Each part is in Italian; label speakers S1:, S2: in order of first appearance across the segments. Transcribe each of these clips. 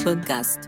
S1: Podcast.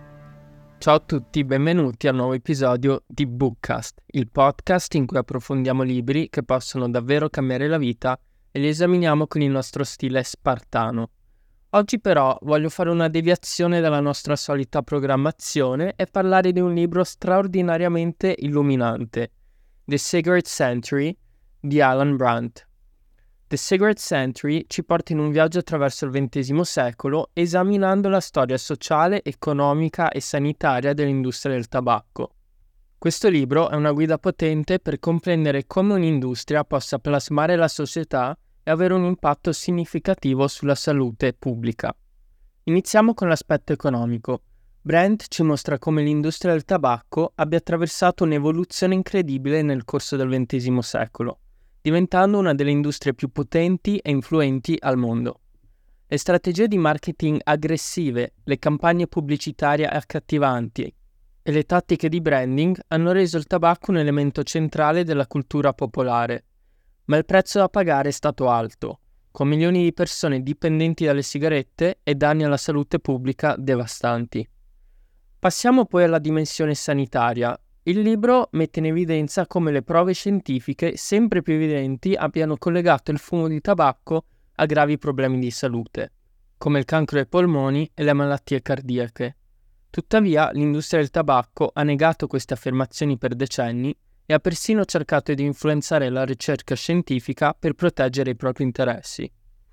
S2: Ciao a tutti, benvenuti al nuovo episodio di Bookcast, il podcast in cui approfondiamo libri che possono davvero cambiare la vita e li esaminiamo con il nostro stile spartano. Oggi però voglio fare una deviazione dalla nostra solita programmazione e parlare di un libro straordinariamente illuminante, The Cigarette Century di Alan Brandt. The Cigarette Century ci porta in un viaggio attraverso il XX secolo esaminando la storia sociale, economica e sanitaria dell'industria del tabacco. Questo libro è una guida potente per comprendere come un'industria possa plasmare la società e avere un impatto significativo sulla salute pubblica. Iniziamo con l'aspetto economico. Brandt ci mostra come l'industria del tabacco abbia attraversato un'evoluzione incredibile nel corso del XX secolo, diventando una delle industrie più potenti e influenti al mondo. Le strategie di marketing aggressive, le campagne pubblicitarie accattivanti e le tattiche di branding hanno reso il tabacco un elemento centrale della cultura popolare. Ma il prezzo da pagare è stato alto, con milioni di persone dipendenti dalle sigarette e danni alla salute pubblica devastanti. Passiamo poi alla dimensione sanitaria. Il libro mette in evidenza come le prove scientifiche sempre più evidenti abbiano collegato il fumo di tabacco a gravi problemi di salute, come il cancro ai polmoni e le malattie cardiache. Tuttavia, l'industria del tabacco ha negato queste affermazioni per decenni e ha persino cercato di influenzare la ricerca scientifica per proteggere i propri interessi.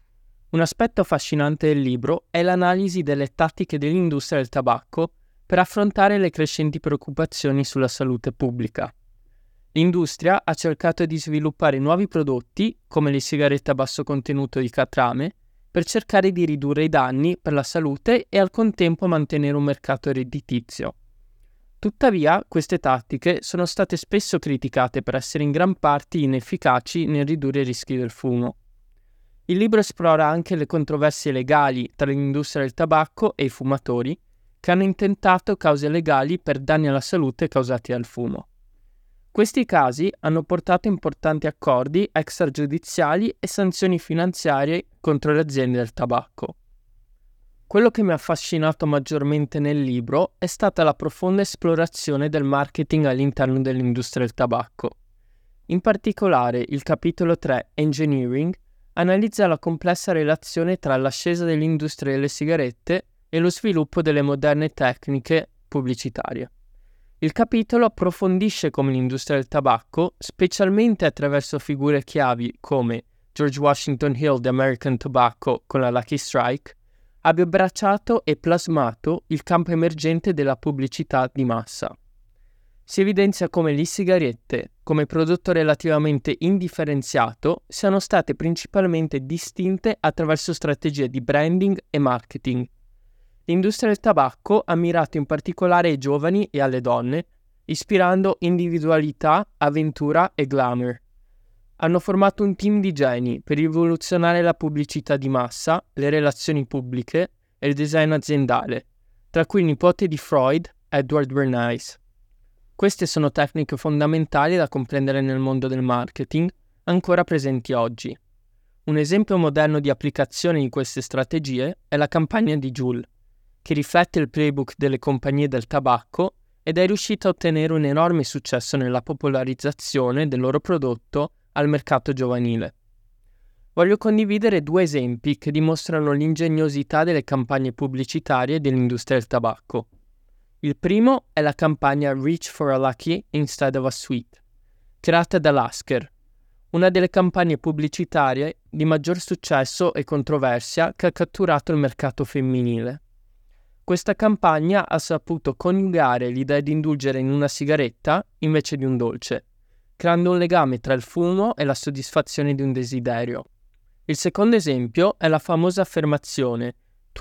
S2: Un aspetto affascinante del libro è l'analisi delle tattiche dell'industria del tabacco per affrontare le crescenti preoccupazioni sulla salute pubblica. L'industria ha cercato di sviluppare nuovi prodotti, come le sigarette a basso contenuto di catrame, per cercare di ridurre i danni per la salute e al contempo mantenere un mercato redditizio. Tuttavia, queste tattiche sono state spesso criticate per essere in gran parte inefficaci nel ridurre i rischi del fumo. Il libro esplora anche le controversie legali tra l'industria del tabacco e i fumatori, che hanno intentato cause legali per danni alla salute causati dal fumo. Questi casi hanno portato importanti accordi extragiudiziali e sanzioni finanziarie contro le aziende del tabacco. Quello che mi ha affascinato maggiormente nel libro è stata la profonda esplorazione del marketing all'interno dell'industria del tabacco. In particolare, il capitolo 3, Engineering, analizza la complessa relazione tra l'ascesa dell'industria delle sigarette e lo sviluppo delle moderne tecniche pubblicitarie. Il capitolo approfondisce come l'industria del tabacco, specialmente attraverso figure chiavi come George Washington Hill di American Tobacco con la Lucky Strike, abbia abbracciato e plasmato il campo emergente della pubblicità di massa. Si evidenzia come le sigarette, come prodotto relativamente indifferenziato, siano state principalmente distinte attraverso strategie di branding e marketing. L'industria del tabacco ha mirato in particolare ai giovani e alle donne, ispirando individualità, avventura e glamour. Hanno formato un team di geni per rivoluzionare la pubblicità di massa, le relazioni pubbliche e il design aziendale, tra cui il nipote di Freud, Edward Bernays. Queste sono tecniche fondamentali da comprendere nel mondo del marketing, ancora presenti oggi. Un esempio moderno di applicazione di queste strategie è la campagna di Juul, che riflette il playbook delle compagnie del tabacco ed è riuscita a ottenere un enorme successo nella popolarizzazione del loro prodotto al mercato giovanile. Voglio condividere due esempi che dimostrano l'ingegnosità delle campagne pubblicitarie dell'industria del tabacco. Il primo è la campagna Reach for a Lucky Instead of a Sweet, creata da Lasker, una delle campagne pubblicitarie di maggior successo e controversia che ha catturato il mercato femminile. Questa campagna ha saputo coniugare l'idea di indulgere in una sigaretta invece di un dolce, creando un legame tra il fumo e la soddisfazione di un desiderio. Il secondo esempio è la famosa affermazione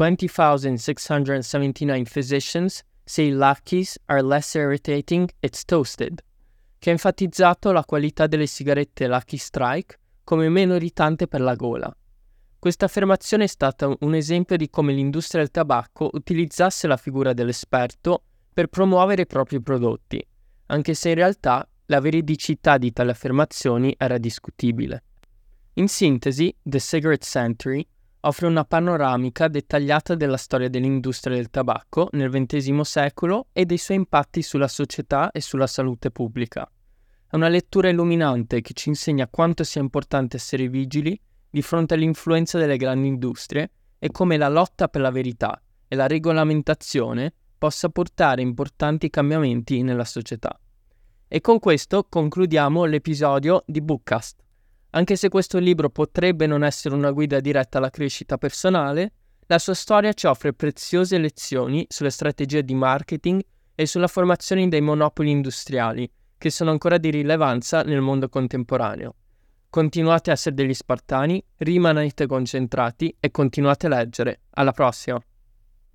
S2: 20,679 physicians say Luckies are less irritating, it's toasted, che ha enfatizzato la qualità delle sigarette Lucky Strike come meno irritante per la gola. Questa affermazione è stata un esempio di come l'industria del tabacco utilizzasse la figura dell'esperto per promuovere i propri prodotti, anche se in realtà la veridicità di tali affermazioni era discutibile. In sintesi, The Cigarette Century offre una panoramica dettagliata della storia dell'industria del tabacco nel XX secolo e dei suoi impatti sulla società e sulla salute pubblica. È una lettura illuminante che ci insegna quanto sia importante essere vigili di fronte all'influenza delle grandi industrie e come la lotta per la verità e la regolamentazione possa portare importanti cambiamenti nella società. E con questo concludiamo l'episodio di Bookcast. Anche se questo libro potrebbe non essere una guida diretta alla crescita personale, la sua storia ci offre preziose lezioni sulle strategie di marketing e sulla formazione dei monopoli industriali, che sono ancora di rilevanza nel mondo contemporaneo. Continuate a essere degli spartani, rimanete concentrati e continuate a leggere. Alla prossima!